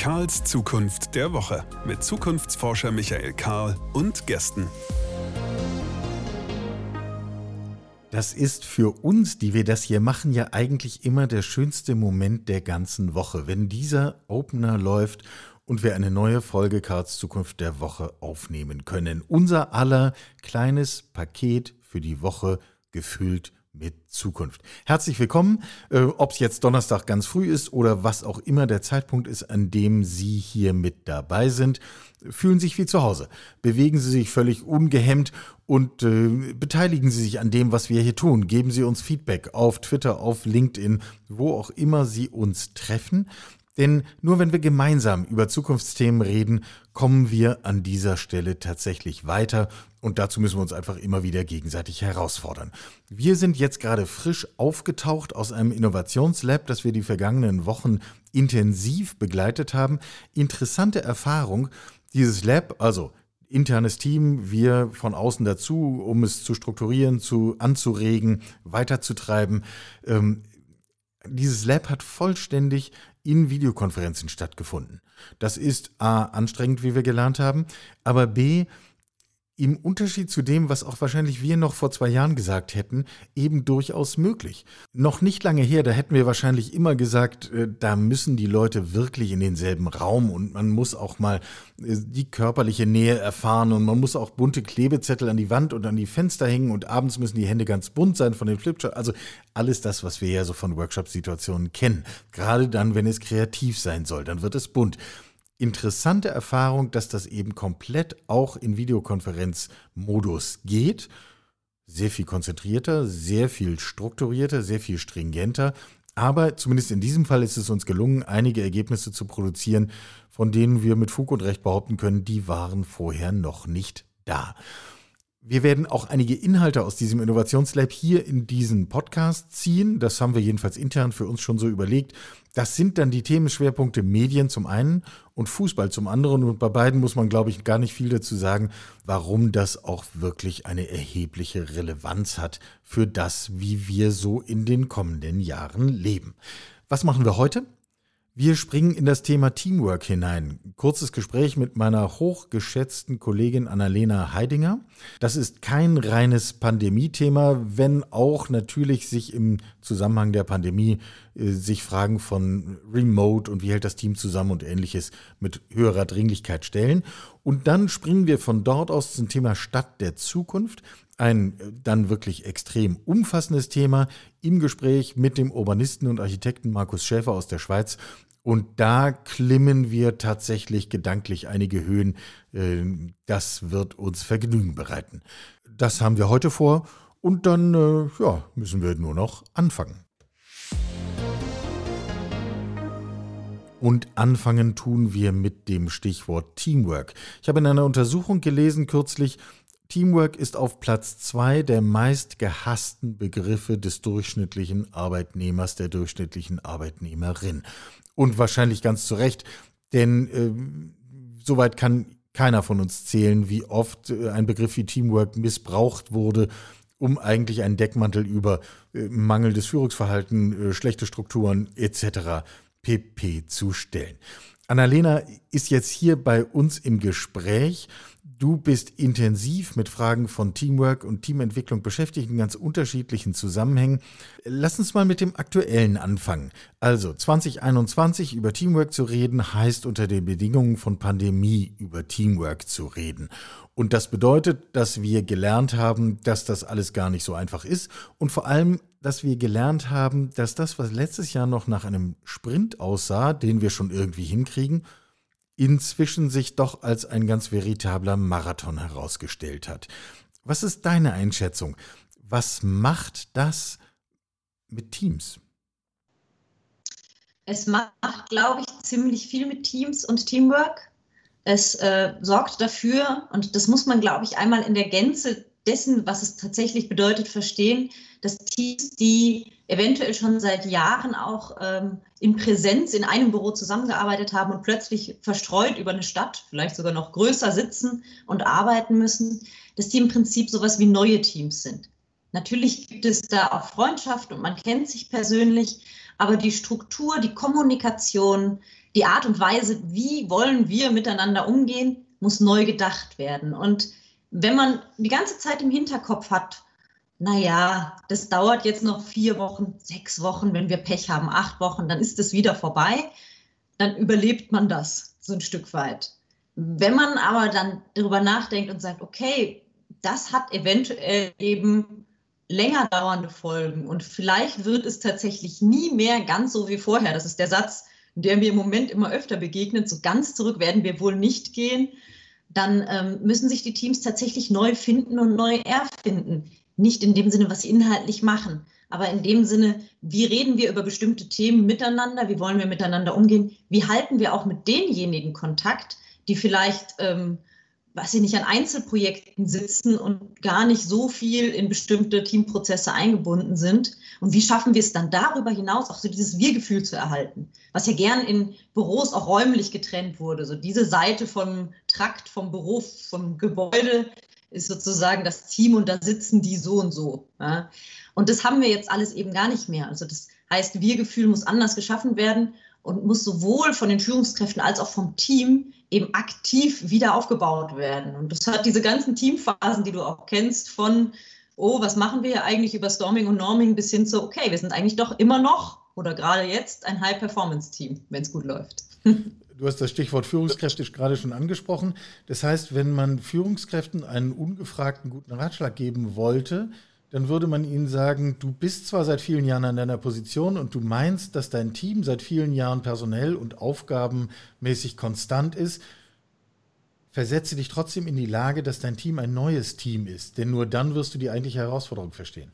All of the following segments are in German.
Karls Zukunft der Woche mit Zukunftsforscher Michael Karl und Gästen. Das ist für uns, die wir das hier machen, ja eigentlich immer der schönste Moment der ganzen Woche, wenn dieser Opener läuft und wir eine neue Folge Karls Zukunft der Woche aufnehmen können. Unser aller kleines Paket für die Woche gefüllt mit Zukunft. Herzlich willkommen, ob es jetzt Donnerstag ganz früh ist oder was auch immer der Zeitpunkt ist, an dem Sie hier mit dabei sind. Fühlen sich wie zu Hause, bewegen Sie sich völlig ungehemmt und beteiligen Sie sich an dem, was wir hier tun. Geben Sie uns Feedback auf Twitter, auf LinkedIn, wo auch immer Sie uns treffen. Denn nur wenn wir gemeinsam über Zukunftsthemen reden, kommen wir an dieser Stelle tatsächlich weiter. Und dazu müssen wir uns einfach immer wieder gegenseitig herausfordern. Wir sind jetzt gerade frisch aufgetaucht aus einem Innovationslab, das wir die vergangenen Wochen intensiv begleitet haben. Interessante Erfahrung. Dieses Lab, also internes Team, wir von außen dazu, um es zu strukturieren, anzuregen, weiterzutreiben. Dieses Lab hat vollständig in Videokonferenzen stattgefunden. Das ist A, anstrengend, wie wir gelernt haben, aber B, im Unterschied zu dem, was auch wahrscheinlich wir noch vor 2 Jahren gesagt hätten, eben durchaus möglich. Noch nicht lange her, da hätten wir wahrscheinlich immer gesagt, da müssen die Leute wirklich in denselben Raum und man muss auch mal die körperliche Nähe erfahren und man muss auch bunte Klebezettel an die Wand und an die Fenster hängen und abends müssen die Hände ganz bunt sein von den Flipcharts. Also alles das, was wir ja so von Workshop-Situationen kennen. Gerade dann, wenn es kreativ sein soll, dann wird es bunt. Interessante Erfahrung, dass das eben komplett auch in Videokonferenzmodus geht. Sehr viel konzentrierter, sehr viel strukturierter, sehr viel stringenter. Aber zumindest in diesem Fall ist es uns gelungen, einige Ergebnisse zu produzieren, von denen wir mit Fug und Recht behaupten können, die waren vorher noch nicht da. Wir werden auch einige Inhalte aus diesem Innovationslab hier in diesen Podcast ziehen. Das haben wir jedenfalls intern für uns schon so überlegt. Das sind dann die Themenschwerpunkte Medien zum einen und Fußball zum anderen. Und bei beiden muss man, glaube ich, gar nicht viel dazu sagen, warum das auch wirklich eine erhebliche Relevanz hat für das, wie wir so in den kommenden Jahren leben. Was machen wir heute? Wir springen in das Thema Teamwork hinein. Kurzes Gespräch mit meiner hochgeschätzten Kollegin Annalena Heidinger. Das ist kein reines Pandemie-Thema, wenn auch natürlich sich im Zusammenhang der Pandemie sich Fragen von Remote und wie hält das Team zusammen und Ähnliches mit höherer Dringlichkeit stellen. Und dann springen wir von dort aus zum Thema Stadt der Zukunft. Ein dann wirklich extrem umfassendes Thema im Gespräch mit dem Urbanisten und Architekten Markus Schäfer aus der Schweiz. Und da klimmen wir tatsächlich gedanklich einige Höhen. Das wird uns Vergnügen bereiten. Das haben wir heute vor und dann müssen wir nur noch anfangen. Und anfangen tun wir mit dem Stichwort Teamwork. Ich habe in einer Untersuchung gelesen kürzlich, Teamwork ist auf Platz 2 der meist gehassten Begriffe des durchschnittlichen Arbeitnehmers, der durchschnittlichen Arbeitnehmerin. Und wahrscheinlich ganz zu Recht, denn soweit kann keiner von uns zählen, wie oft ein Begriff wie Teamwork missbraucht wurde, um eigentlich einen Deckmantel über mangelndes Führungsverhalten, schlechte Strukturen etc. pp. Zu stellen. Annalena ist jetzt hier bei uns im Gespräch. Du bist intensiv mit Fragen von Teamwork und Teamentwicklung beschäftigt in ganz unterschiedlichen Zusammenhängen. Lass uns mal mit dem Aktuellen anfangen. Also 2021 über Teamwork zu reden, heißt unter den Bedingungen von Pandemie über Teamwork zu reden. Und das bedeutet, dass wir gelernt haben, dass das alles gar nicht so einfach ist und vor allem, dass wir gelernt haben, dass das, was letztes Jahr noch nach einem Sprint aussah, den wir schon irgendwie hinkriegen, inzwischen sich doch als ein ganz veritabler Marathon herausgestellt hat. Was ist deine Einschätzung? Was macht das mit Teams? Es macht, glaube ich, ziemlich viel mit Teams und Teamwork. Es sorgt dafür, und das muss man, glaube ich, einmal in der Gänze dessen, was es tatsächlich bedeutet, verstehen, dass Teams, die eventuell schon seit Jahren auch in Präsenz in einem Büro zusammengearbeitet haben und plötzlich verstreut über eine Stadt, vielleicht sogar noch größer sitzen und arbeiten müssen, dass die im Prinzip sowas wie neue Teams sind. Natürlich gibt es da auch Freundschaft und man kennt sich persönlich, aber die Struktur, die Kommunikation, die Art und Weise, wie wollen wir miteinander umgehen, muss neu gedacht werden. Und wenn man die ganze Zeit im Hinterkopf hat, naja, das dauert jetzt noch 4 Wochen, 6 Wochen, wenn wir Pech haben, 8 Wochen, dann ist es wieder vorbei, dann überlebt man das so ein Stück weit. Wenn man aber dann darüber nachdenkt und sagt, okay, das hat eventuell eben länger dauernde Folgen und vielleicht wird es tatsächlich nie mehr ganz so wie vorher. Das ist der Satz, der mir im Moment immer öfter begegnet. So ganz zurück werden wir wohl nicht gehen. Dann müssen sich die Teams tatsächlich neu finden und neu erfinden. Nicht in dem Sinne, was sie inhaltlich machen, aber in dem Sinne, wie reden wir über bestimmte Themen miteinander, wie wollen wir miteinander umgehen, wie halten wir auch mit denjenigen Kontakt, die vielleicht, weiß ich nicht, an Einzelprojekten sitzen und gar nicht so viel in bestimmte Teamprozesse eingebunden sind. Und wie schaffen wir es dann darüber hinaus, auch so dieses Wir-Gefühl zu erhalten, was ja gern in Büros auch räumlich getrennt wurde. So diese Seite vom Trakt, vom Büro, vom Gebäude ist sozusagen das Team und da sitzen die so und so. Ja. Und das haben wir jetzt alles eben gar nicht mehr. Also das heißt, Wir-Gefühl muss anders geschaffen werden und muss sowohl von den Führungskräften als auch vom Team eben aktiv wieder aufgebaut werden. Und das hat diese ganzen Teamphasen, die du auch kennst, von, oh, was machen wir hier eigentlich über Storming und Norming bis hin zu, okay, wir sind eigentlich doch immer noch oder gerade jetzt ein High-Performance-Team, wenn es gut läuft. Du hast das Stichwort Führungskräfte gerade schon angesprochen. Das heißt, wenn man Führungskräften einen ungefragten guten Ratschlag geben wollte, dann würde man ihnen sagen, du bist zwar seit vielen Jahren an deiner Position und du meinst, dass dein Team seit vielen Jahren personell und aufgabenmäßig konstant ist, versetze dich trotzdem in die Lage, dass dein Team ein neues Team ist, denn nur dann wirst du die eigentliche Herausforderung verstehen.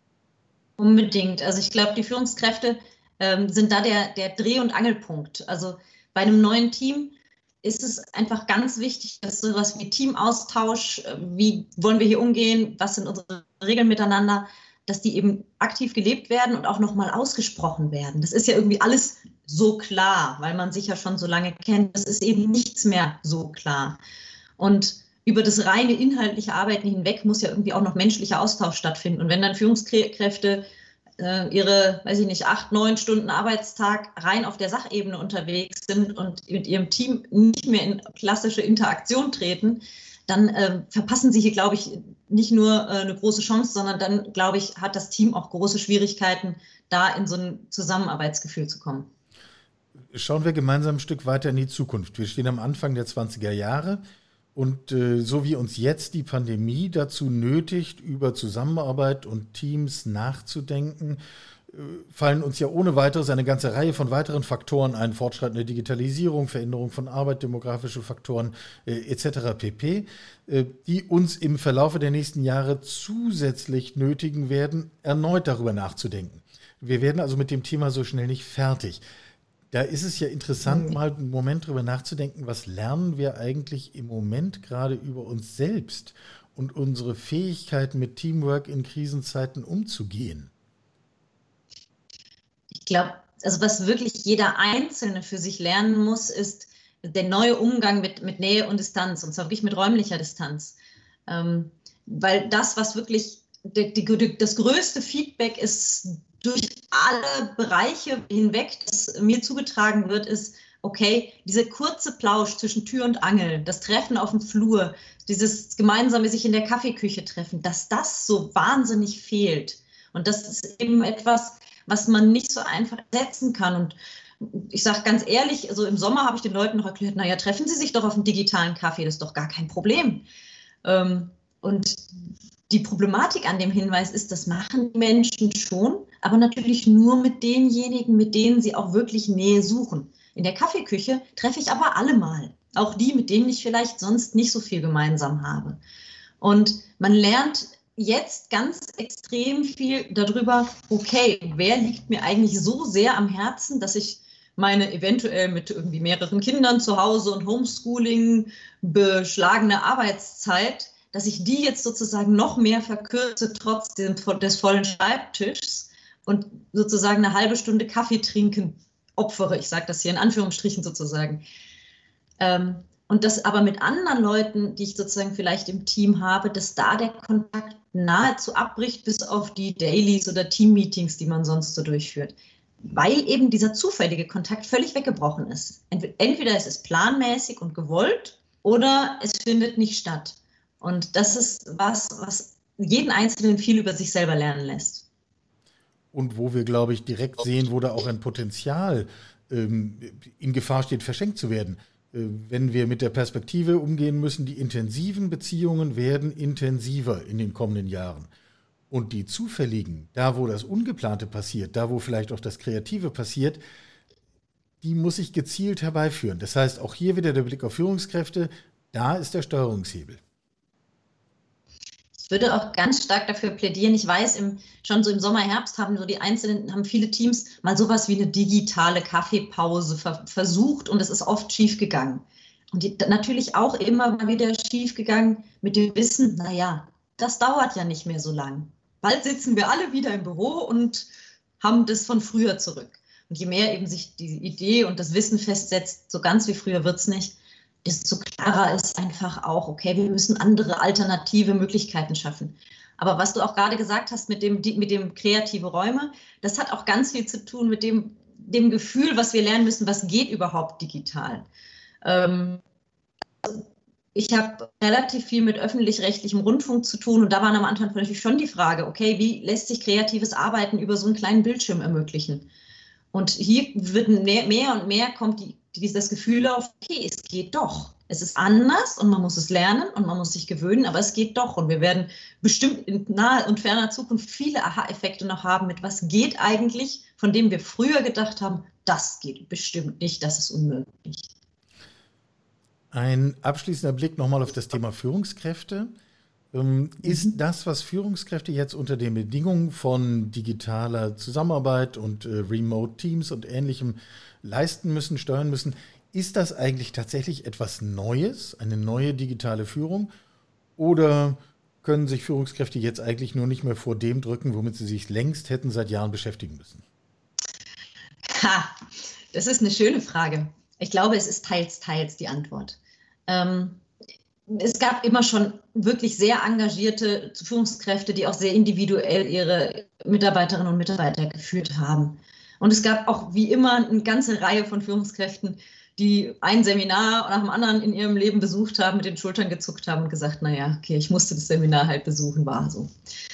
Unbedingt. Also ich glaube, die Führungskräfte sind da der Dreh- und Angelpunkt. Also bei einem neuen Team ist es einfach ganz wichtig, dass sowas wie Teamaustausch, wie wollen wir hier umgehen, was sind unsere Regeln miteinander, dass die eben aktiv gelebt werden und auch nochmal ausgesprochen werden. Das ist ja irgendwie alles so klar, weil man sich ja schon so lange kennt. Das ist eben nichts mehr so klar. Und über das reine inhaltliche Arbeiten hinweg muss ja irgendwie auch noch menschlicher Austausch stattfinden. Und wenn dann Führungskräfte ihre, weiß ich nicht, 8, 9 Stunden Arbeitstag rein auf der Sachebene unterwegs sind und mit ihrem Team nicht mehr in klassische Interaktion treten, dann verpassen sie hier, glaube ich, nicht nur eine große Chance, sondern dann, glaube ich, hat das Team auch große Schwierigkeiten, da in so ein Zusammenarbeitsgefühl zu kommen. Schauen wir gemeinsam ein Stück weiter in die Zukunft. Wir stehen am Anfang der 20er Jahre. Und so wie uns jetzt die Pandemie dazu nötigt, über Zusammenarbeit und Teams nachzudenken, fallen uns ja ohne weiteres eine ganze Reihe von weiteren Faktoren ein, fortschreitende Digitalisierung, Veränderung von Arbeit, demografische Faktoren etc. pp., die uns im Verlaufe der nächsten Jahre zusätzlich nötigen werden, erneut darüber nachzudenken. Wir werden also mit dem Thema so schnell nicht fertig. Da ist es ja interessant, mal einen Moment drüber nachzudenken, was lernen wir eigentlich im Moment gerade über uns selbst und unsere Fähigkeiten mit Teamwork in Krisenzeiten umzugehen. Ich glaube, also was wirklich jeder Einzelne für sich lernen muss, ist der neue Umgang mit Nähe und Distanz, und zwar wirklich mit räumlicher Distanz. Weil das, was wirklich das größte Feedback ist, durch alle Bereiche hinweg, das mir zugetragen wird, ist, okay, dieser kurze Plausch zwischen Tür und Angel, das Treffen auf dem Flur, dieses gemeinsame sich in der Kaffeeküche treffen, dass das so wahnsinnig fehlt. Und das ist eben etwas, was man nicht so einfach ersetzen kann. Und ich sage ganz ehrlich, also im Sommer habe ich den Leuten noch erklärt, naja, treffen Sie sich doch auf einen digitalen Kaffee, das ist doch gar kein Problem. Und die Problematik an dem Hinweis ist, das machen die Menschen schon, aber natürlich nur mit denjenigen, mit denen sie auch wirklich Nähe suchen. In der Kaffeeküche treffe ich aber alle mal, auch die, mit denen ich vielleicht sonst nicht so viel gemeinsam habe. Und man lernt jetzt ganz extrem viel darüber, okay, wer liegt mir eigentlich so sehr am Herzen, dass ich meine eventuell mit irgendwie mehreren Kindern zu Hause und Homeschooling beschlagene Arbeitszeit, dass ich die jetzt sozusagen noch mehr verkürze, trotz des vollen Schreibtischs und sozusagen eine halbe Stunde Kaffee trinken opfere. Ich sage das hier in Anführungsstrichen sozusagen. Und das aber mit anderen Leuten, die ich sozusagen vielleicht im Team habe, dass da der Kontakt nahezu abbricht, bis auf die Dailies oder Team-Meetings, die man sonst so durchführt. weil eben dieser zufällige Kontakt völlig weggebrochen ist. Entweder es ist planmäßig und gewollt oder es findet nicht statt. Und das ist was jeden Einzelnen viel über sich selber lernen lässt. Und wo wir, glaube ich, direkt sehen, wo da auch ein Potenzial in Gefahr steht, verschenkt zu werden. Wenn wir mit der Perspektive umgehen müssen, die intensiven Beziehungen werden intensiver in den kommenden Jahren. Und die zufälligen, da wo das Ungeplante passiert, da wo vielleicht auch das Kreative passiert, die muss ich gezielt herbeiführen. Das heißt, auch hier wieder der Blick auf Führungskräfte, da ist der Steuerungshebel. Ich würde auch ganz stark dafür plädieren. Ich weiß, schon so im Sommer, Herbst haben viele Teams mal sowas wie eine digitale Kaffeepause versucht und es ist oft schief gegangen. Und natürlich auch immer mal wieder schief gegangen mit dem Wissen, naja, das dauert ja nicht mehr so lang. Bald sitzen wir alle wieder im Büro und haben das von früher zurück. Und je mehr eben sich die Idee und das Wissen festsetzt, so ganz wie früher wird es nicht, desto klarer ist einfach auch, okay, wir müssen andere alternative Möglichkeiten schaffen. Aber was du auch gerade gesagt hast mit dem kreative Räume, das hat auch ganz viel zu tun mit dem Gefühl, was wir lernen müssen, was geht überhaupt digital. Ich habe relativ viel mit öffentlich-rechtlichem Rundfunk zu tun und da war am Anfang natürlich schon die Frage, okay, wie lässt sich kreatives Arbeiten über so einen kleinen Bildschirm ermöglichen? Und hier wird mehr und mehr kommt das Gefühl auf, okay, es geht doch. Es ist anders und man muss es lernen und man muss sich gewöhnen, aber es geht doch. Und wir werden bestimmt in naher und ferner Zukunft viele Aha-Effekte noch haben mit, was geht eigentlich, von dem wir früher gedacht haben, das geht bestimmt nicht, das ist unmöglich. Ein abschließender Blick nochmal auf das Thema Führungskräfte. Ist das, was Führungskräfte jetzt unter den Bedingungen von digitaler Zusammenarbeit und Remote Teams und Ähnlichem leisten müssen, steuern müssen, ist das eigentlich tatsächlich etwas Neues, eine neue digitale Führung? Oder können sich Führungskräfte jetzt eigentlich nur nicht mehr vor dem drücken, womit sie sich längst hätten seit Jahren beschäftigen müssen? Das ist eine schöne Frage. Ich glaube, es ist teils die Antwort. Es gab immer schon wirklich sehr engagierte Führungskräfte, die auch sehr individuell ihre Mitarbeiterinnen und Mitarbeiter geführt haben. Und es gab auch wie immer eine ganze Reihe von Führungskräften, die ein Seminar nach dem anderen in ihrem Leben besucht haben, mit den Schultern gezuckt haben und gesagt, naja, okay, ich musste das Seminar halt besuchen, war so.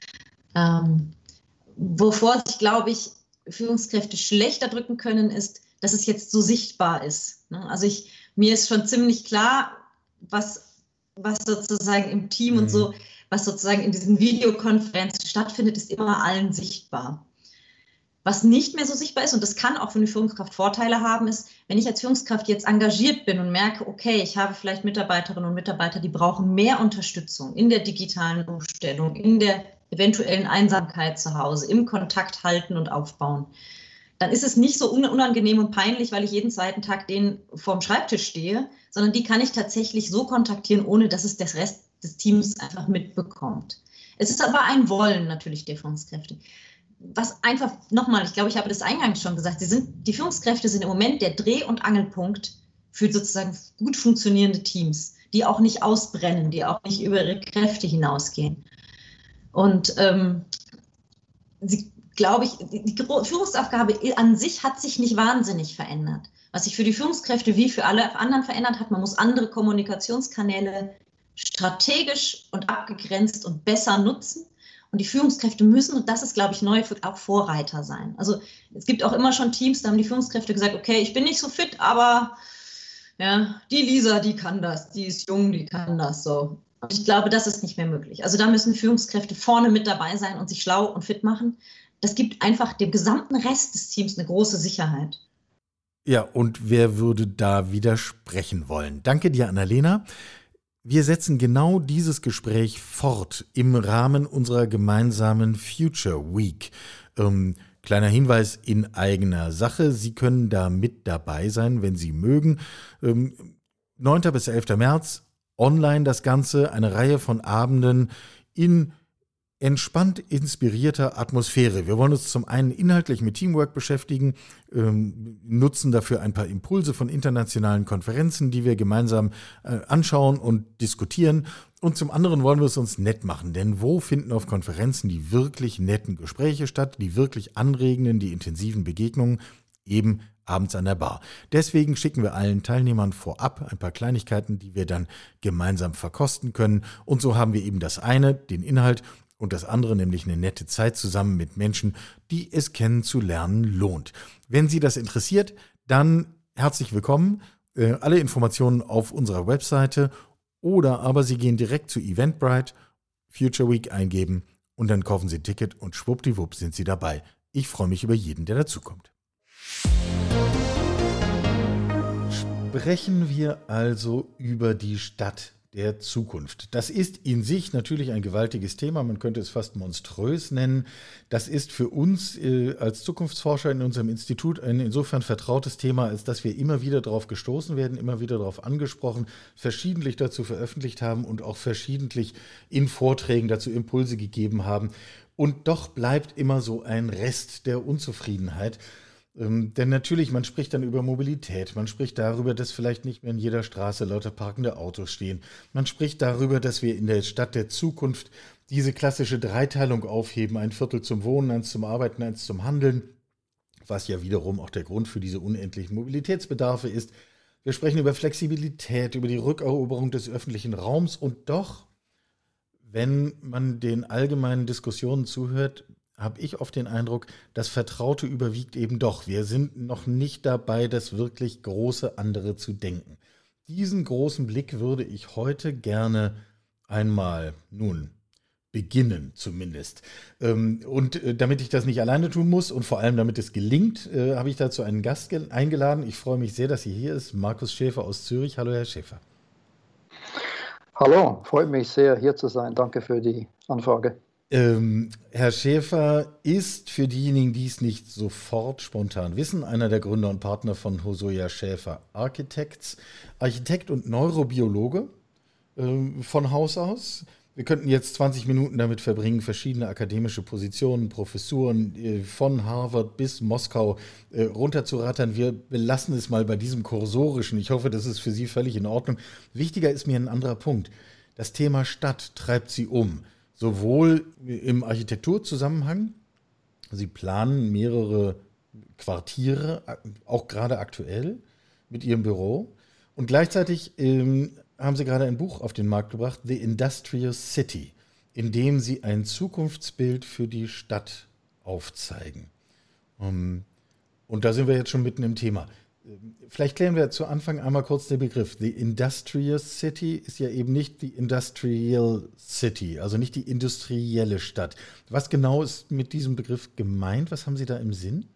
Wovor sich, glaube ich, Führungskräfte schlechter drücken können, ist, dass es jetzt so sichtbar ist. Also mir ist schon ziemlich klar, was sozusagen im Team und so, was sozusagen in diesen Videokonferenzen stattfindet, ist immer allen sichtbar. Was nicht mehr so sichtbar ist, und das kann auch für eine Führungskraft Vorteile haben, ist, wenn ich als Führungskraft jetzt engagiert bin und merke, okay, ich habe vielleicht Mitarbeiterinnen und Mitarbeiter, die brauchen mehr Unterstützung in der digitalen Umstellung, in der eventuellen Einsamkeit zu Hause, im Kontakt halten und aufbauen. Dann ist es nicht so unangenehm und peinlich, weil ich jeden zweiten Tag denen vorm Schreibtisch stehe, sondern die kann ich tatsächlich so kontaktieren, ohne dass es der Rest des Teams einfach mitbekommt. Es ist aber ein Wollen natürlich der Führungskräfte. Was einfach, nochmal, ich glaube, ich habe das eingangs schon gesagt, die Führungskräfte sind im Moment der Dreh- und Angelpunkt für sozusagen gut funktionierende Teams, die auch nicht ausbrennen, die auch nicht über ihre Kräfte hinausgehen. Und glaube ich, die Führungsaufgabe an sich hat sich nicht wahnsinnig verändert. Was sich für die Führungskräfte wie für alle anderen verändert hat, man muss andere Kommunikationskanäle strategisch und abgegrenzt und besser nutzen. Und die Führungskräfte müssen, und das ist, glaube ich, neu, auch Vorreiter sein. Also es gibt auch immer schon Teams, da haben die Führungskräfte gesagt, okay, ich bin nicht so fit, aber ja, die Lisa, die kann das, die ist jung, die kann das so. Und ich glaube, das ist nicht mehr möglich. Also da müssen Führungskräfte vorne mit dabei sein und sich schlau und fit machen. Das gibt einfach dem gesamten Rest des Teams eine große Sicherheit. Ja, und wer würde da widersprechen wollen? Danke dir, Annalena. Wir setzen genau dieses Gespräch fort im Rahmen unserer gemeinsamen Future Week. Kleiner Hinweis in eigener Sache, Sie können da mit dabei sein, wenn Sie mögen. 9. bis 11. März, online das Ganze, eine Reihe von Abenden in entspannt inspirierter Atmosphäre. Wir wollen uns zum einen inhaltlich mit Teamwork beschäftigen, nutzen dafür ein paar Impulse von internationalen Konferenzen, die wir gemeinsam anschauen und diskutieren. Und zum anderen wollen wir es uns nett machen, denn wo finden auf Konferenzen die wirklich netten Gespräche statt, die wirklich anregenden, die intensiven Begegnungen? Eben abends an der Bar. Deswegen schicken wir allen Teilnehmern vorab ein paar Kleinigkeiten, die wir dann gemeinsam verkosten können. Und so haben wir eben das eine, den Inhalt, und das andere, nämlich eine nette Zeit zusammen mit Menschen, die es kennenzulernen lohnt. Wenn Sie das interessiert, dann herzlich willkommen. Alle Informationen auf unserer Webseite oder aber Sie gehen direkt zu Eventbrite, Future Week eingeben und dann kaufen Sie ein Ticket und schwuppdiwupp sind Sie dabei. Ich freue mich über jeden, der dazukommt. Sprechen wir also über die Stadt der Zukunft. Das ist in sich natürlich ein gewaltiges Thema, man könnte es fast monströs nennen. Das ist für uns als Zukunftsforscher in unserem Institut ein insofern vertrautes Thema, als dass wir immer wieder darauf gestoßen werden, immer wieder darauf angesprochen, verschiedentlich dazu veröffentlicht haben und auch verschiedentlich in Vorträgen dazu Impulse gegeben haben. Und doch bleibt immer so ein Rest der Unzufriedenheit. Denn natürlich, man spricht dann über Mobilität, man spricht darüber, dass vielleicht nicht mehr in jeder Straße lauter parkende Autos stehen. Man spricht darüber, dass wir in der Stadt der Zukunft diese klassische Dreiteilung aufheben, ein Viertel zum Wohnen, eins zum Arbeiten, eins zum Handeln, was ja wiederum auch der Grund für diese unendlichen Mobilitätsbedarfe ist. Wir sprechen über Flexibilität, über die Rückeroberung des öffentlichen Raums und doch, wenn man den allgemeinen Diskussionen zuhört, habe ich oft den Eindruck, das Vertraute überwiegt eben doch. Wir sind noch nicht dabei, das wirklich große andere zu denken. Diesen großen Blick würde ich heute gerne einmal, beginnen zumindest. Und damit ich das nicht alleine tun muss und vor allem damit es gelingt, habe ich dazu einen Gast eingeladen. Ich freue mich sehr, dass sie hier ist. Markus Schäfer aus Zürich. Hallo, Herr Schäfer. Hallo, freut mich sehr, hier zu sein. Danke für die Anfrage. Herr Schäfer ist, für diejenigen, die es nicht sofort spontan wissen, einer der Gründer und Partner von Hosoya Schäfer Architects, Architekt und Neurobiologe von Haus aus. Wir könnten jetzt 20 Minuten damit verbringen, verschiedene akademische Positionen, Professuren von Harvard bis Moskau runterzurattern. Wir belassen es mal bei diesem Kursorischen. Ich hoffe, das ist für Sie völlig in Ordnung. Wichtiger ist mir ein anderer Punkt. Das Thema Stadt treibt Sie um. Sowohl im Architekturzusammenhang, Sie planen mehrere Quartiere, auch gerade aktuell mit Ihrem Büro. Und gleichzeitig haben Sie gerade ein Buch auf den Markt gebracht, The Industrial City, in dem Sie ein Zukunftsbild für die Stadt aufzeigen. Und da sind wir jetzt schon mitten im Thema. Vielleicht klären wir zu Anfang einmal kurz den Begriff. The Industrial City ist ja eben nicht die Industrial City, also nicht die industrielle Stadt. Was genau ist mit diesem Begriff gemeint? Was haben Sie da im Sinn?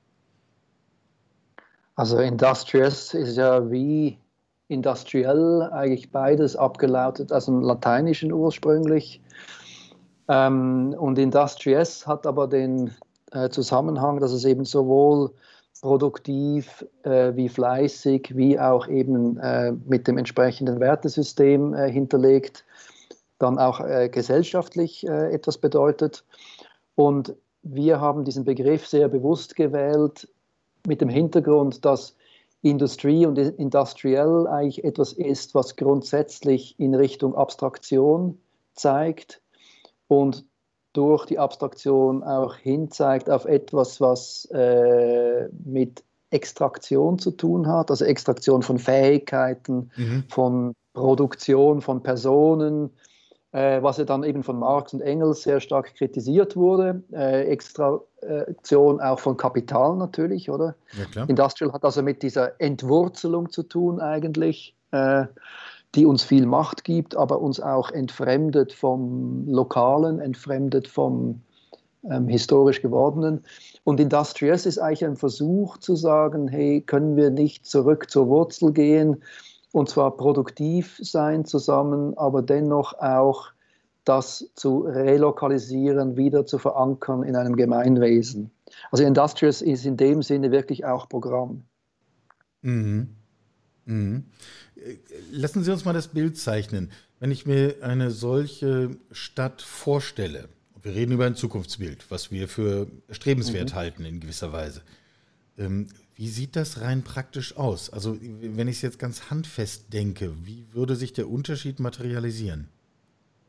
Also Industrious ist ja wie industriell, eigentlich beides abgeleitet aus dem Lateinischen ursprünglich. Und Industrious hat aber den Zusammenhang, dass es eben sowohl produktiv wie fleißig, wie auch eben mit dem entsprechenden Wertesystem hinterlegt, dann auch gesellschaftlich etwas bedeutet. Und wir haben diesen Begriff sehr bewusst gewählt mit dem Hintergrund, dass Industrie und industriell eigentlich etwas ist, was grundsätzlich in Richtung Abstraktion zeigt und durch die Abstraktion auch hinzeigt auf etwas, was mit Extraktion zu tun hat, also Extraktion von Fähigkeiten, von Produktion von Personen, was ja dann eben von Marx und Engels sehr stark kritisiert wurde. Extraktion auch von Kapital natürlich, oder? Ja, klar. Industrial hat also mit dieser Entwurzelung zu tun eigentlich, die uns viel Macht gibt, aber uns auch entfremdet vom Lokalen, entfremdet vom historisch Gewordenen. Und Industrious ist eigentlich ein Versuch zu sagen, hey, können wir nicht zurück zur Wurzel gehen und zwar produktiv sein zusammen, aber dennoch auch das zu relokalisieren, wieder zu verankern in einem Gemeinwesen. Also Industrious ist in dem Sinne wirklich auch Programm. Mhm. Mhm. Lassen Sie uns mal das Bild zeichnen. Wenn ich mir eine solche Stadt vorstelle, wir reden über ein Zukunftsbild, was wir für erstrebenswert halten in gewisser Weise. Wie sieht das rein praktisch aus? Also wenn ich es jetzt ganz handfest denke, wie würde sich der Unterschied materialisieren?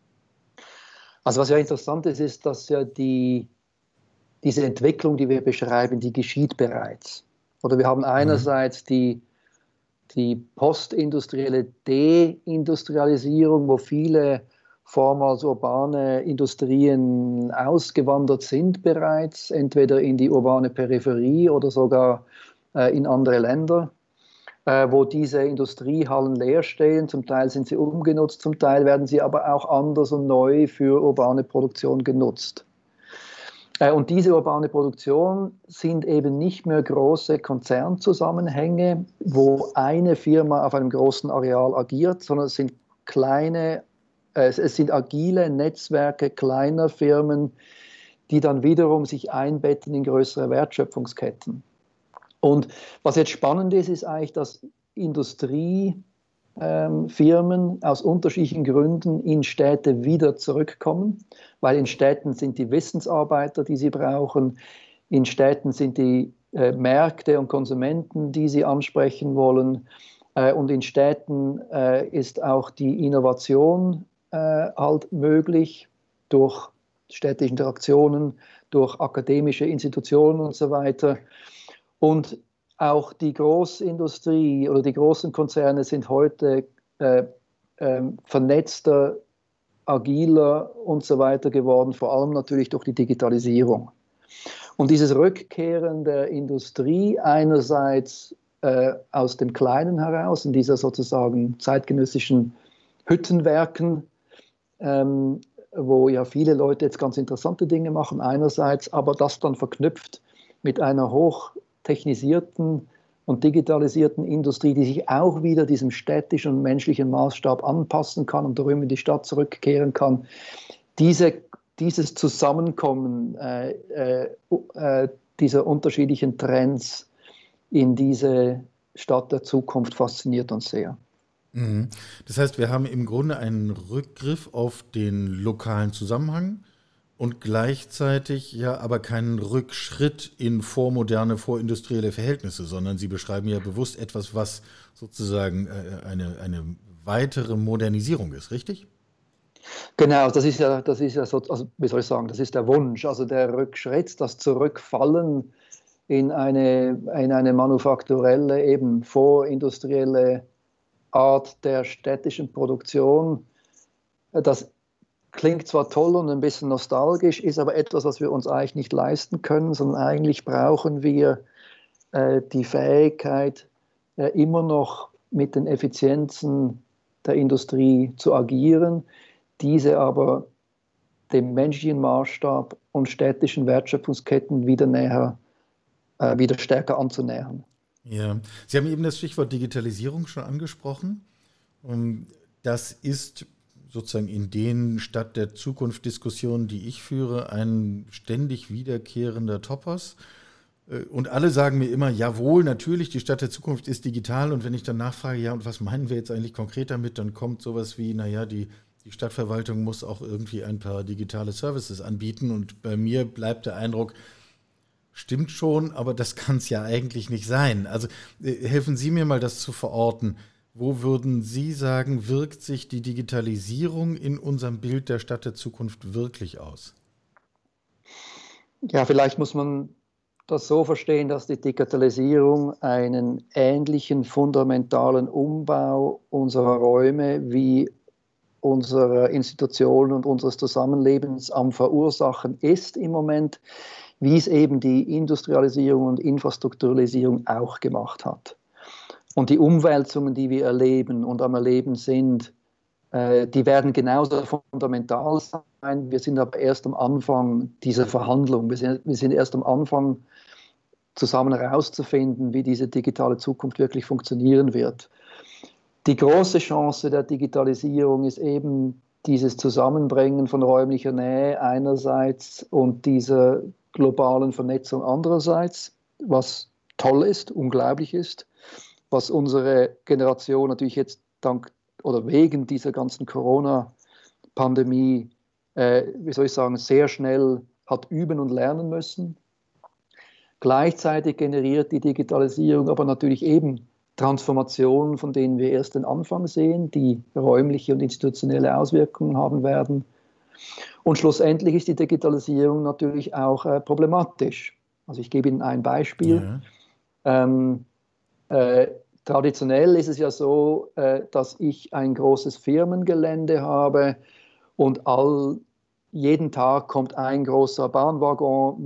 Also was ja interessant ist, ist, dass ja diese Entwicklung, die wir beschreiben, die geschieht bereits. Oder wir haben einerseits die postindustrielle Deindustrialisierung, wo viele vormals urbane Industrien ausgewandert sind bereits, entweder in die urbane Peripherie oder sogar in andere Länder, wo diese Industriehallen leer stehen. Zum Teil sind sie umgenutzt, zum Teil werden sie aber auch anders und neu für urbane Produktion genutzt. Und diese urbane Produktion sind eben nicht mehr große Konzernzusammenhänge, wo eine Firma auf einem großen Areal agiert, sondern es sind es sind agile Netzwerke kleiner Firmen, die dann wiederum sich einbetten in größere Wertschöpfungsketten. Und was jetzt spannend ist, ist eigentlich, dass Industriefirmen aus unterschiedlichen Gründen in Städte wieder zurückkommen, weil in Städten sind die Wissensarbeiter, die sie brauchen, in Städten sind die Märkte und Konsumenten, die sie ansprechen wollen, und in Städten ist auch die Innovation halt möglich durch städtische Interaktionen, durch akademische Institutionen und so weiter. Und auch die Großindustrie oder die großen Konzerne sind heute vernetzter, agiler und so weiter geworden, vor allem natürlich durch die Digitalisierung. Und dieses Rückkehren der Industrie einerseits aus dem Kleinen heraus, in dieser sozusagen zeitgenössischen Hüttenwerken, wo ja viele Leute jetzt ganz interessante Dinge machen einerseits, aber das dann verknüpft mit einer hochtechnisierten und digitalisierten Industrie, die sich auch wieder diesem städtischen und menschlichen Maßstab anpassen kann und darum in die Stadt zurückkehren kann. Dieses Zusammenkommen dieser unterschiedlichen Trends in diese Stadt der Zukunft fasziniert uns sehr. Das heißt, wir haben im Grunde einen Rückgriff auf den lokalen Zusammenhang und gleichzeitig ja aber keinen Rückschritt in vormoderne, vorindustrielle Verhältnisse, sondern Sie beschreiben ja bewusst etwas, was sozusagen eine weitere Modernisierung ist, richtig? Genau, das ist ja so, also wie soll ich sagen, das ist der Wunsch, also der Rückschritt, das Zurückfallen in eine manufakturelle, eben vorindustrielle Art der städtischen Produktion. Das klingt zwar toll und ein bisschen nostalgisch, ist aber etwas, was wir uns eigentlich nicht leisten können, sondern eigentlich brauchen wir die Fähigkeit, immer noch mit den Effizienzen der Industrie zu agieren, diese aber dem menschlichen Maßstab und städtischen Wertschöpfungsketten wieder stärker anzunähern. Ja, Sie haben eben das Stichwort Digitalisierung schon angesprochen. Das ist sozusagen in den Stadt der Zukunft-Diskussionen, die ich führe, ein ständig wiederkehrender Topos. Und alle sagen mir immer, jawohl, natürlich, die Stadt der Zukunft ist digital. Und wenn ich dann nachfrage, ja, und was meinen wir jetzt eigentlich konkret damit, dann kommt sowas wie, naja, die Stadtverwaltung muss auch irgendwie ein paar digitale Services anbieten. Und bei mir bleibt der Eindruck, stimmt schon, aber das kann es ja eigentlich nicht sein. Also helfen Sie mir mal, das zu verorten. Wo würden Sie sagen, wirkt sich die Digitalisierung in unserem Bild der Stadt der Zukunft wirklich aus? Ja, vielleicht muss man das so verstehen, dass die Digitalisierung einen ähnlichen fundamentalen Umbau unserer Räume wie unserer Institutionen und unseres Zusammenlebens am Verursachen ist im Moment, wie es eben die Industrialisierung und Infrastrukturalisierung auch gemacht hat. Und die Umwälzungen, die wir erleben und am Erleben sind, die werden genauso fundamental sein. Wir sind aber erst am Anfang dieser Verhandlung. Wir sind erst am Anfang, zusammen herauszufinden, wie diese digitale Zukunft wirklich funktionieren wird. Die große Chance der Digitalisierung ist eben dieses Zusammenbringen von räumlicher Nähe einerseits und dieser globalen Vernetzung andererseits, was toll ist, unglaublich ist, was unsere Generation natürlich jetzt dank oder wegen dieser ganzen Corona-Pandemie, sehr schnell hat üben und lernen müssen. Gleichzeitig generiert die Digitalisierung aber natürlich eben Transformationen, von denen wir erst den Anfang sehen, die räumliche und institutionelle Auswirkungen haben werden. Und schlussendlich ist die Digitalisierung natürlich auch problematisch. Also ich gebe Ihnen ein Beispiel. Ja. Traditionell ist es ja so, dass ich ein großes Firmengelände habe und jeden Tag kommt ein großer Bahnwaggon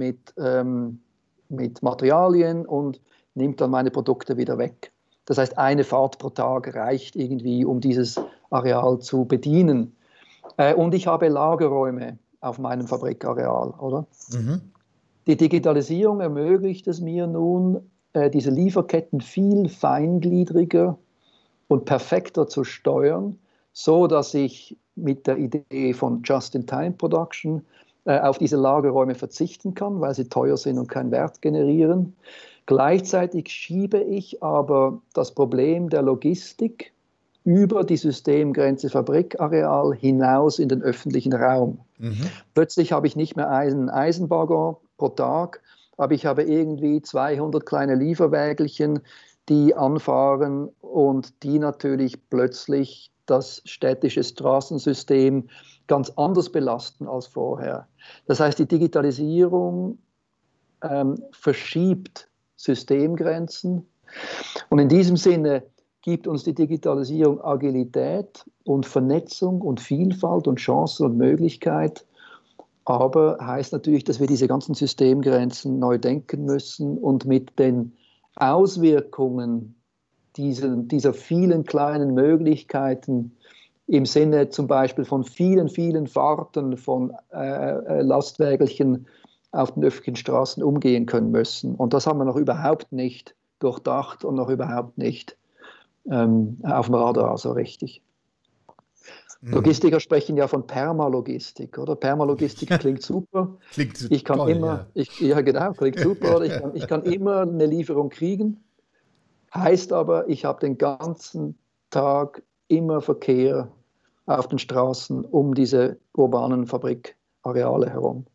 mit Materialien und nimmt dann meine Produkte wieder weg. Das heißt, eine Fahrt pro Tag reicht irgendwie, um dieses Areal zu bedienen. Und ich habe Lagerräume auf meinem Fabrikareal, oder? Mhm. Die Digitalisierung ermöglicht es mir nun, diese Lieferketten viel feingliedriger und perfekter zu steuern, so dass ich mit der Idee von Just-in-Time-Production auf diese Lagerräume verzichten kann, weil sie teuer sind und keinen Wert generieren. Gleichzeitig schiebe ich aber das Problem der Logistik über die Systemgrenze Fabrikareal hinaus in den öffentlichen Raum. Mhm. Plötzlich habe ich nicht mehr einen Eisenwaggon pro Tag, aber ich habe irgendwie 200 kleine Lieferwägelchen, die anfahren und die natürlich plötzlich das städtische Straßensystem ganz anders belasten als vorher. Das heißt, die Digitalisierung verschiebt Systemgrenzen und in diesem Sinne gibt uns die Digitalisierung Agilität und Vernetzung und Vielfalt und Chancen und Möglichkeit, aber heißt natürlich, dass wir diese ganzen Systemgrenzen neu denken müssen und mit den Auswirkungen dieser vielen kleinen Möglichkeiten im Sinne zum Beispiel von vielen, vielen Fahrten von Lastwägelchen auf den öffentlichen Straßen umgehen können müssen. Und das haben wir noch überhaupt nicht durchdacht und noch überhaupt nicht auf dem Radar so richtig. Logistiker sprechen ja von Permalogistik, oder? Permalogistik klingt super. Klingt ich kann toll, immer, ja. Genau, klingt super. Oder? Ich kann immer eine Lieferung kriegen. Heißt aber, ich habe den ganzen Tag immer Verkehr auf den Straßen um diese urbanen Fabrikareale herum.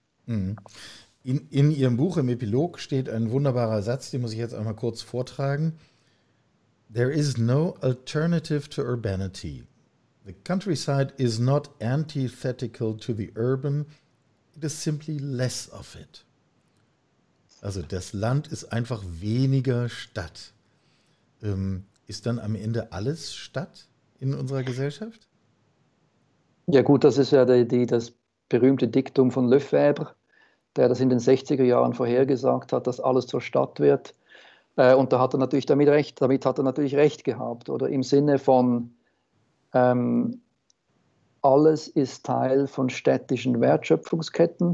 In Ihrem Buch im Epilog steht ein wunderbarer Satz, den muss ich jetzt einmal kurz vortragen. There is no alternative to urbanity. The countryside is not antithetical to the urban, it is simply less of it. Also das Land ist einfach weniger Stadt. Ist dann am Ende alles Stadt in unserer Gesellschaft? Ja gut, das ist ja das berühmte Diktum von Lefebvre, der das in den 60er Jahren vorhergesagt hat, dass alles zur Stadt wird. Und da hat er natürlich damit hat er natürlich recht gehabt, oder im Sinne von alles ist Teil von städtischen Wertschöpfungsketten.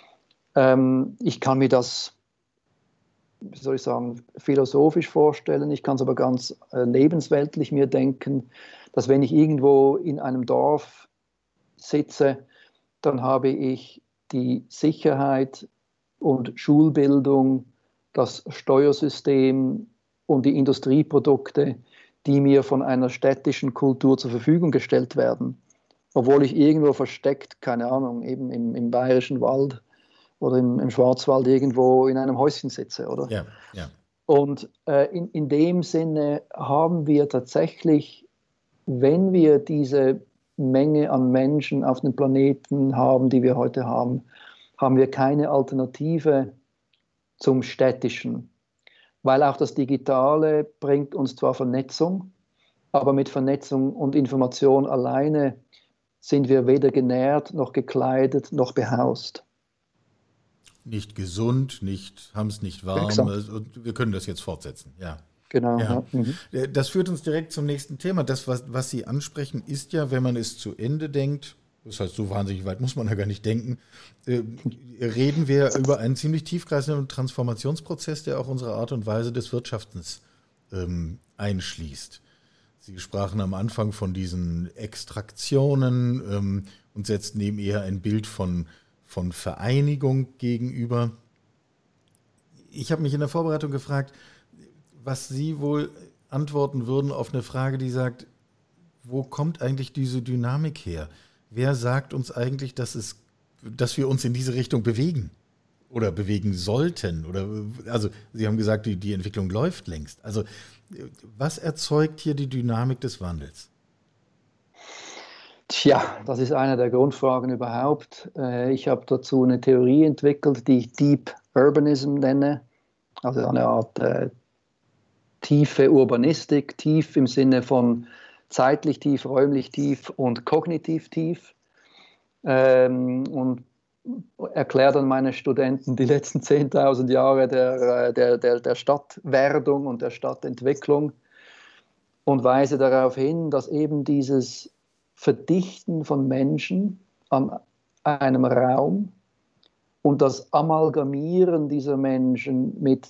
Ich kann mir das, wie soll ich sagen, philosophisch vorstellen, ich kann es aber ganz lebensweltlich mir denken, dass wenn ich irgendwo in einem Dorf sitze, dann habe ich die Sicherheit und Schulbildung, das Steuersystem und die Industrieprodukte, die mir von einer städtischen Kultur zur Verfügung gestellt werden. Obwohl ich irgendwo versteckt, keine Ahnung, eben im Bayerischen Wald oder im Schwarzwald irgendwo in einem Häuschen sitze, oder? Ja, ja. Und in dem Sinne haben wir tatsächlich, wenn wir diese Menge an Menschen auf dem Planeten haben, die wir heute haben, haben wir keine Alternative zum Städtischen. Weil auch das Digitale bringt uns zwar Vernetzung, aber mit Vernetzung und Information alleine sind wir weder genährt, noch gekleidet, noch behaust. Nicht gesund, haben es nicht warm. Und wir können das jetzt fortsetzen, ja. Genau. Ja. Ja. Das führt uns direkt zum nächsten Thema. Das, was Sie ansprechen, ist ja, wenn man es zu Ende denkt, das heißt, so wahnsinnig weit muss man ja gar nicht denken, reden wir über einen ziemlich tiefgreifenden Transformationsprozess, der auch unsere Art und Weise des Wirtschaftens einschließt. Sie sprachen am Anfang von diesen Extraktionen und setzten eben eher ein Bild von Vereinigung gegenüber. Ich habe mich in der Vorbereitung gefragt, was Sie wohl antworten würden auf eine Frage, die sagt, wo kommt eigentlich diese Dynamik her? Wer sagt uns eigentlich, dass wir uns in diese Richtung bewegen oder bewegen sollten? Also Sie haben gesagt, die Entwicklung läuft längst. Also was erzeugt hier die Dynamik des Wandels? Tja, das ist eine der Grundfragen überhaupt. Ich habe dazu eine Theorie entwickelt, die ich Deep Urbanism nenne, also eine Art tiefe Urbanistik, tief im Sinne von zeitlich tief, räumlich tief und kognitiv tief. Und erkläre dann meine Studenten die letzten 10.000 Jahre der Stadtwerdung und der Stadtentwicklung und weise darauf hin, dass eben dieses Verdichten von Menschen an einem Raum und das Amalgamieren dieser Menschen mit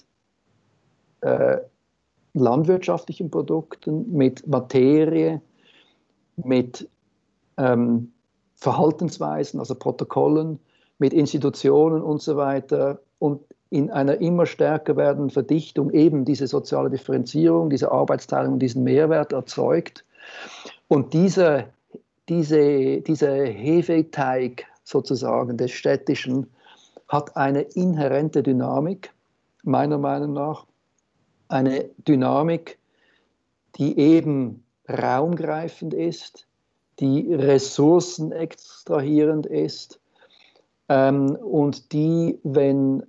landwirtschaftlichen Produkten, mit Materie, mit Verhaltensweisen, also Protokollen, mit Institutionen und so weiter und in einer immer stärker werdenden Verdichtung eben diese soziale Differenzierung, diese Arbeitsteilung, diesen Mehrwert erzeugt. Und dieser Hefeteig sozusagen des Städtischen hat eine inhärente Dynamik, meiner Meinung nach, eine Dynamik, die eben raumgreifend ist, die ressourcenextrahierend ist und die, wenn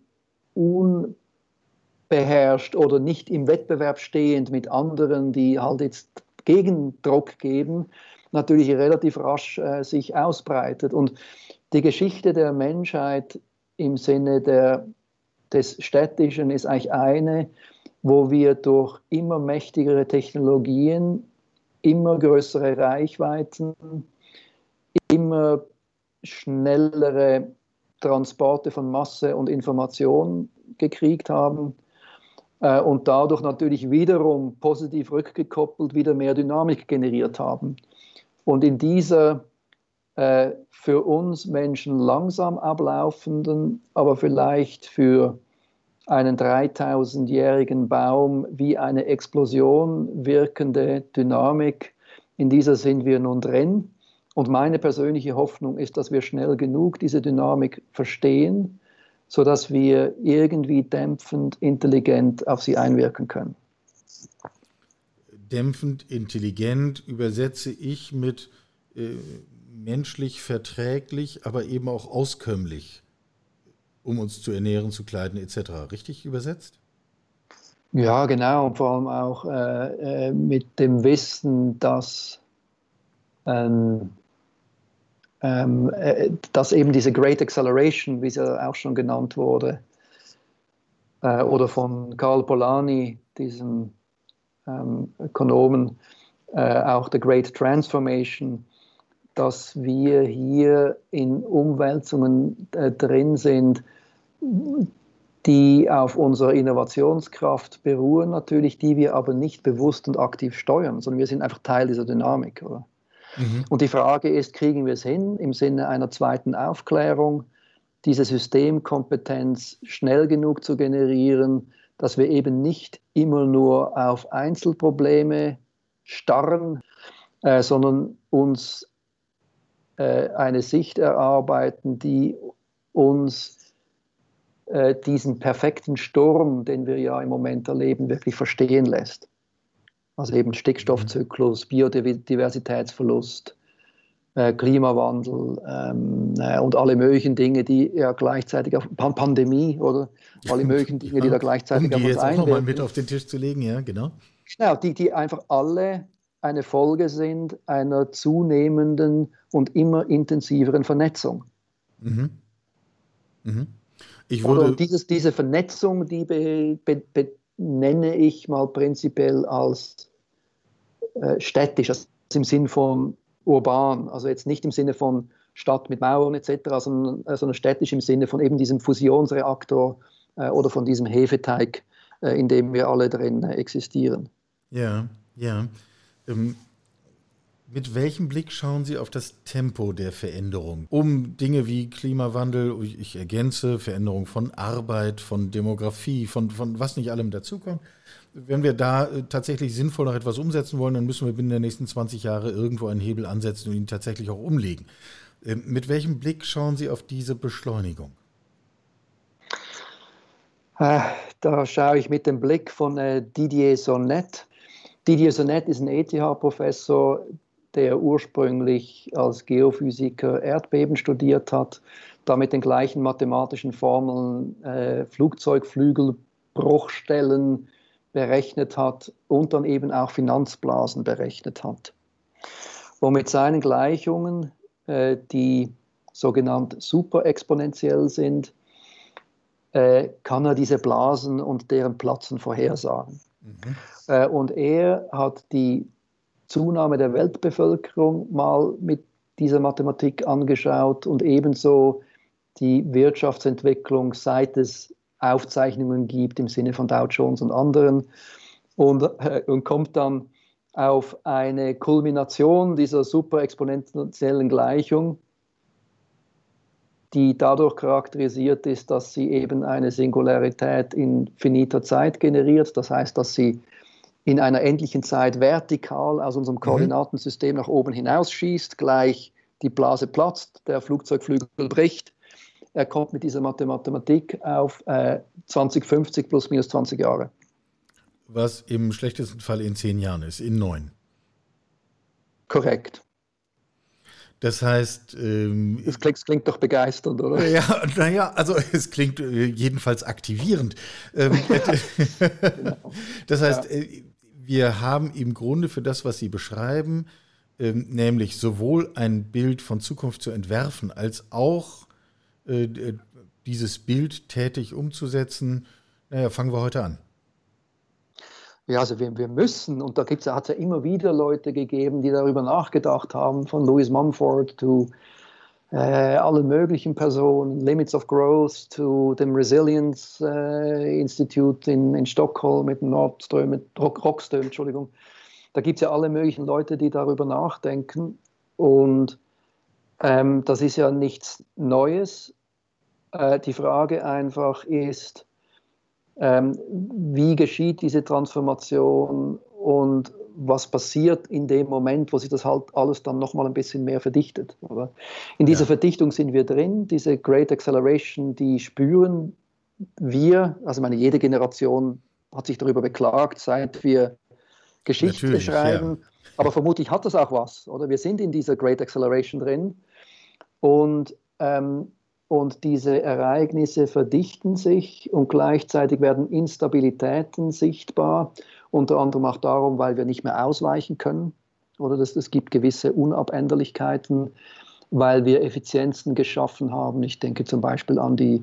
unbeherrscht oder nicht im Wettbewerb stehend mit anderen, die halt jetzt Gegendruck geben, natürlich relativ rasch sich ausbreitet. Und die Geschichte der Menschheit im Sinne des Städtischen ist eigentlich eine, wo wir durch immer mächtigere Technologien, immer größere Reichweiten, immer schnellere Transporte von Masse und Information gekriegt haben und dadurch natürlich wiederum positiv rückgekoppelt wieder mehr Dynamik generiert haben. Und in dieser für uns Menschen langsam ablaufenden, aber vielleicht für einen 3000-jährigen Baum wie eine Explosion wirkende Dynamik, in dieser sind wir nun drin. Und meine persönliche Hoffnung ist, dass wir schnell genug diese Dynamik verstehen, sodass wir irgendwie dämpfend, intelligent auf sie einwirken können. Dämpfend, intelligent übersetze ich mit menschlich verträglich, aber eben auch auskömmlich, um uns zu ernähren, zu kleiden etc. Richtig übersetzt? Ja, genau. Und vor allem auch mit dem Wissen, dass eben diese Great Acceleration, wie sie auch schon genannt wurde, oder von Karl Polanyi, diesem Ökonomen, auch the Great Transformation, dass wir hier in Umwälzungen drin sind, die auf unserer Innovationskraft beruhen natürlich, die wir aber nicht bewusst und aktiv steuern, sondern wir sind einfach Teil dieser Dynamik, oder? Und die Frage ist, kriegen wir es hin, im Sinne einer zweiten Aufklärung, diese Systemkompetenz schnell genug zu generieren, dass wir eben nicht immer nur auf Einzelprobleme starren, sondern uns eine Sicht erarbeiten, die uns diesen perfekten Sturm, den wir ja im Moment erleben, wirklich verstehen lässt. Also eben Stickstoffzyklus, Biodiversitätsverlust, Klimawandel und alle möglichen Dinge, die ja gleichzeitig auf Pandemie oder alle möglichen Dinge, die da gleichzeitig auf uns jetzt auch einwirken. nochmal mit auf den Tisch zu legen, ja, genau. Genau, die einfach alle eine Folge sind einer zunehmenden und immer intensiveren Vernetzung. Und diese Vernetzung, die benenne ich mal prinzipiell als städtisch, also im Sinn von urban, also jetzt nicht im Sinne von Stadt mit Mauern etc., sondern städtisch im Sinne von eben diesem Fusionsreaktor oder von diesem Hefeteig, in dem wir alle drin existieren. Ja, ja. Mit welchem Blick schauen Sie auf das Tempo der Veränderung? Um Dinge wie Klimawandel, ich ergänze, Veränderung von Arbeit, von Demografie, von was nicht allem dazukommt. Wenn wir da tatsächlich sinnvoll noch etwas umsetzen wollen, dann müssen wir binnen der nächsten 20 Jahre irgendwo einen Hebel ansetzen und ihn tatsächlich auch umlegen. Mit welchem Blick schauen Sie auf diese Beschleunigung? Da schaue ich mit dem Blick von Didier Sonnet. Didier Sonnet ist ein ETH-Professor, der ursprünglich als Geophysiker Erdbeben studiert hat, da mit den gleichen mathematischen Formeln Flugzeugflügelbruchstellen berechnet hat und dann eben auch Finanzblasen berechnet hat. Und mit seinen Gleichungen, die sogenannt superexponentiell sind, kann er diese Blasen und deren Platzen vorhersagen. Und er hat die Zunahme der Weltbevölkerung mal mit dieser Mathematik angeschaut und ebenso die Wirtschaftsentwicklung, seit es Aufzeichnungen gibt im Sinne von Dow Jones und anderen und kommt dann auf eine Kulmination dieser superexponentiellen Gleichung, die dadurch charakterisiert ist, dass sie eben eine Singularität in finiter Zeit generiert. Das heißt, dass sie in einer endlichen Zeit vertikal aus unserem Koordinatensystem nach oben hinausschießt, gleich die Blase platzt, der Flugzeugflügel bricht. Er kommt mit dieser Mathematik auf 2050 plus minus 20 Jahre. Was im schlechtesten Fall in 10 Jahren ist, in 9. Korrekt. Das heißt... Das klingt doch begeisternd, oder? Ja, naja, also es klingt jedenfalls aktivierend. Genau. Das heißt, wir haben im Grunde für das, was Sie beschreiben, nämlich sowohl ein Bild von Zukunft zu entwerfen, als auch dieses Bild tätig umzusetzen. Naja, fangen wir heute an. Ja, also wir müssen, und da hat es ja immer wieder Leute gegeben, die darüber nachgedacht haben, von Lewis Mumford zu allen möglichen Personen, Limits of Growth, zu dem Resilience Institute in Stockholm mit Rockström, Entschuldigung. Da gibt es ja alle möglichen Leute, die darüber nachdenken. Und das ist ja nichts Neues. Die Frage einfach ist, wie geschieht diese Transformation und was passiert in dem Moment, wo sich das halt alles dann nochmal ein bisschen mehr verdichtet. Oder? In dieser Verdichtung sind wir drin, diese Great Acceleration, die spüren wir, also jede Generation hat sich darüber beklagt, seit wir Geschichte schreiben, aber vermutlich hat das auch was, oder? Wir sind in dieser Great Acceleration drin und diese Ereignisse verdichten sich und gleichzeitig werden Instabilitäten sichtbar, unter anderem auch darum, weil wir nicht mehr ausweichen können. Oder es gibt gewisse Unabänderlichkeiten, weil wir Effizienzen geschaffen haben. Ich denke zum Beispiel an die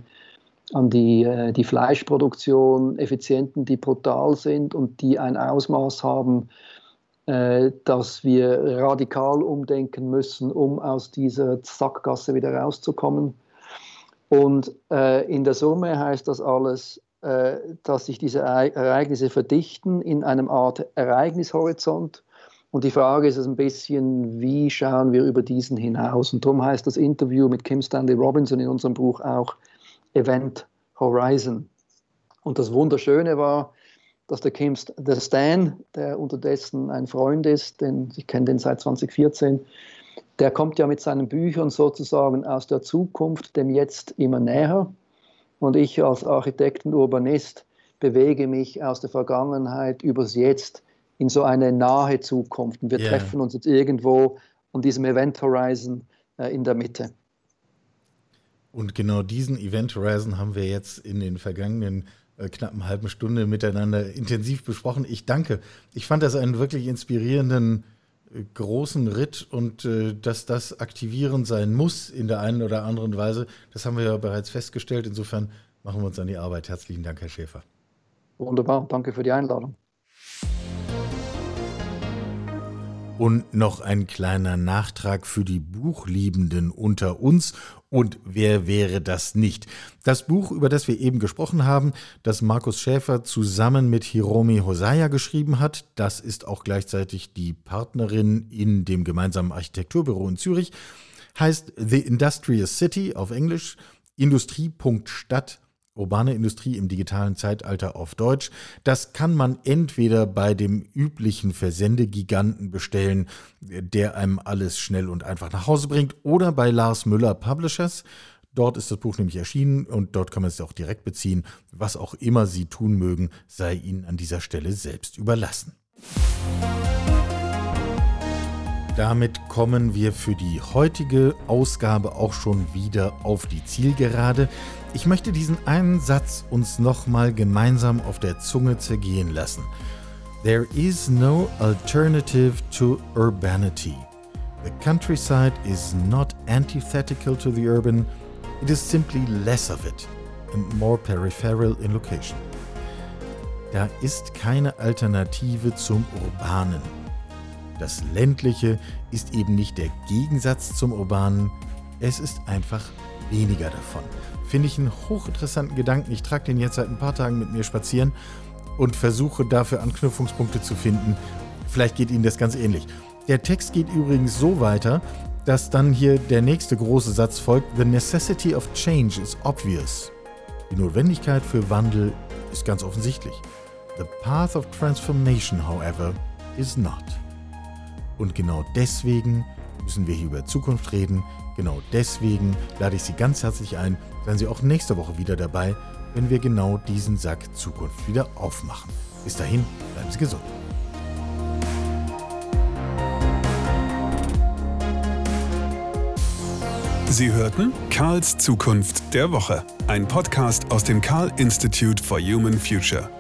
Fleischproduktion, Effizienten, die brutal sind und die ein Ausmaß haben, dass wir radikal umdenken müssen, um aus dieser Sackgasse wieder rauszukommen. Und in der Summe heißt das alles, dass sich diese Ereignisse verdichten in einem Art Ereignishorizont. Und die Frage ist ein bisschen, wie schauen wir über diesen hinaus? Und darum heißt das Interview mit Kim Stanley Robinson in unserem Buch auch Event Horizon. Und das Wunderschöne war, dass der Stan, der unterdessen ein Freund ist, ich kenne den seit 2014, der kommt ja mit seinen Büchern sozusagen aus der Zukunft dem Jetzt immer näher. Und ich als Architekt und Urbanist bewege mich aus der Vergangenheit übers Jetzt in so eine nahe Zukunft. Und wir treffen uns jetzt irgendwo an diesem Event Horizon in der Mitte. Und genau diesen Event Horizon haben wir jetzt in den vergangenen knappen halben Stunde miteinander intensiv besprochen. Ich danke. Ich fand das einen wirklich inspirierenden großen Ritt und dass das aktivierend sein muss in der einen oder anderen Weise, das haben wir ja bereits festgestellt. Insofern machen wir uns an die Arbeit. Herzlichen Dank, Herr Schäfer. Wunderbar, danke für die Einladung. Und noch ein kleiner Nachtrag für die Buchliebenden unter uns. Und wer wäre das nicht? Das Buch, über das wir eben gesprochen haben, das Markus Schäfer zusammen mit Hiromi Hosaya geschrieben hat, das ist auch gleichzeitig die Partnerin in dem gemeinsamen Architekturbüro in Zürich, heißt The Industrious City auf Englisch, Industrie.stadt, urbane Industrie im digitalen Zeitalter auf Deutsch. Das kann man entweder bei dem üblichen Versendegiganten bestellen, der einem alles schnell und einfach nach Hause bringt, oder bei Lars Müller Publishers. Dort ist das Buch nämlich erschienen und dort kann man es auch direkt beziehen. Was auch immer Sie tun mögen, sei Ihnen an dieser Stelle selbst überlassen. Damit kommen wir für die heutige Ausgabe auch schon wieder auf die Zielgerade. Ich möchte diesen einen Satz uns nochmal gemeinsam auf der Zunge zergehen lassen. There is no alternative to urbanity. The countryside is not antithetical to the urban, it is simply less of it and more peripheral in location. Da ist keine Alternative zum Urbanen. Das Ländliche ist eben nicht der Gegensatz zum Urbanen, es ist einfach weniger davon. Finde ich einen hochinteressanten Gedanken. Ich trage den jetzt seit ein paar Tagen mit mir spazieren und versuche dafür Anknüpfungspunkte zu finden. Vielleicht geht Ihnen das ganz ähnlich. Der Text geht übrigens so weiter, dass dann hier der nächste große Satz folgt. The necessity of change is obvious. Die Notwendigkeit für Wandel ist ganz offensichtlich. The path of transformation, however, is not. Und genau deswegen müssen wir hier über Zukunft reden. Genau deswegen lade ich Sie ganz herzlich ein, seien Sie auch nächste Woche wieder dabei, wenn wir genau diesen Sack Zukunft wieder aufmachen. Bis dahin, bleiben Sie gesund. Sie hörten Karls Zukunft der Woche, ein Podcast aus dem Karl Institute for Human Future.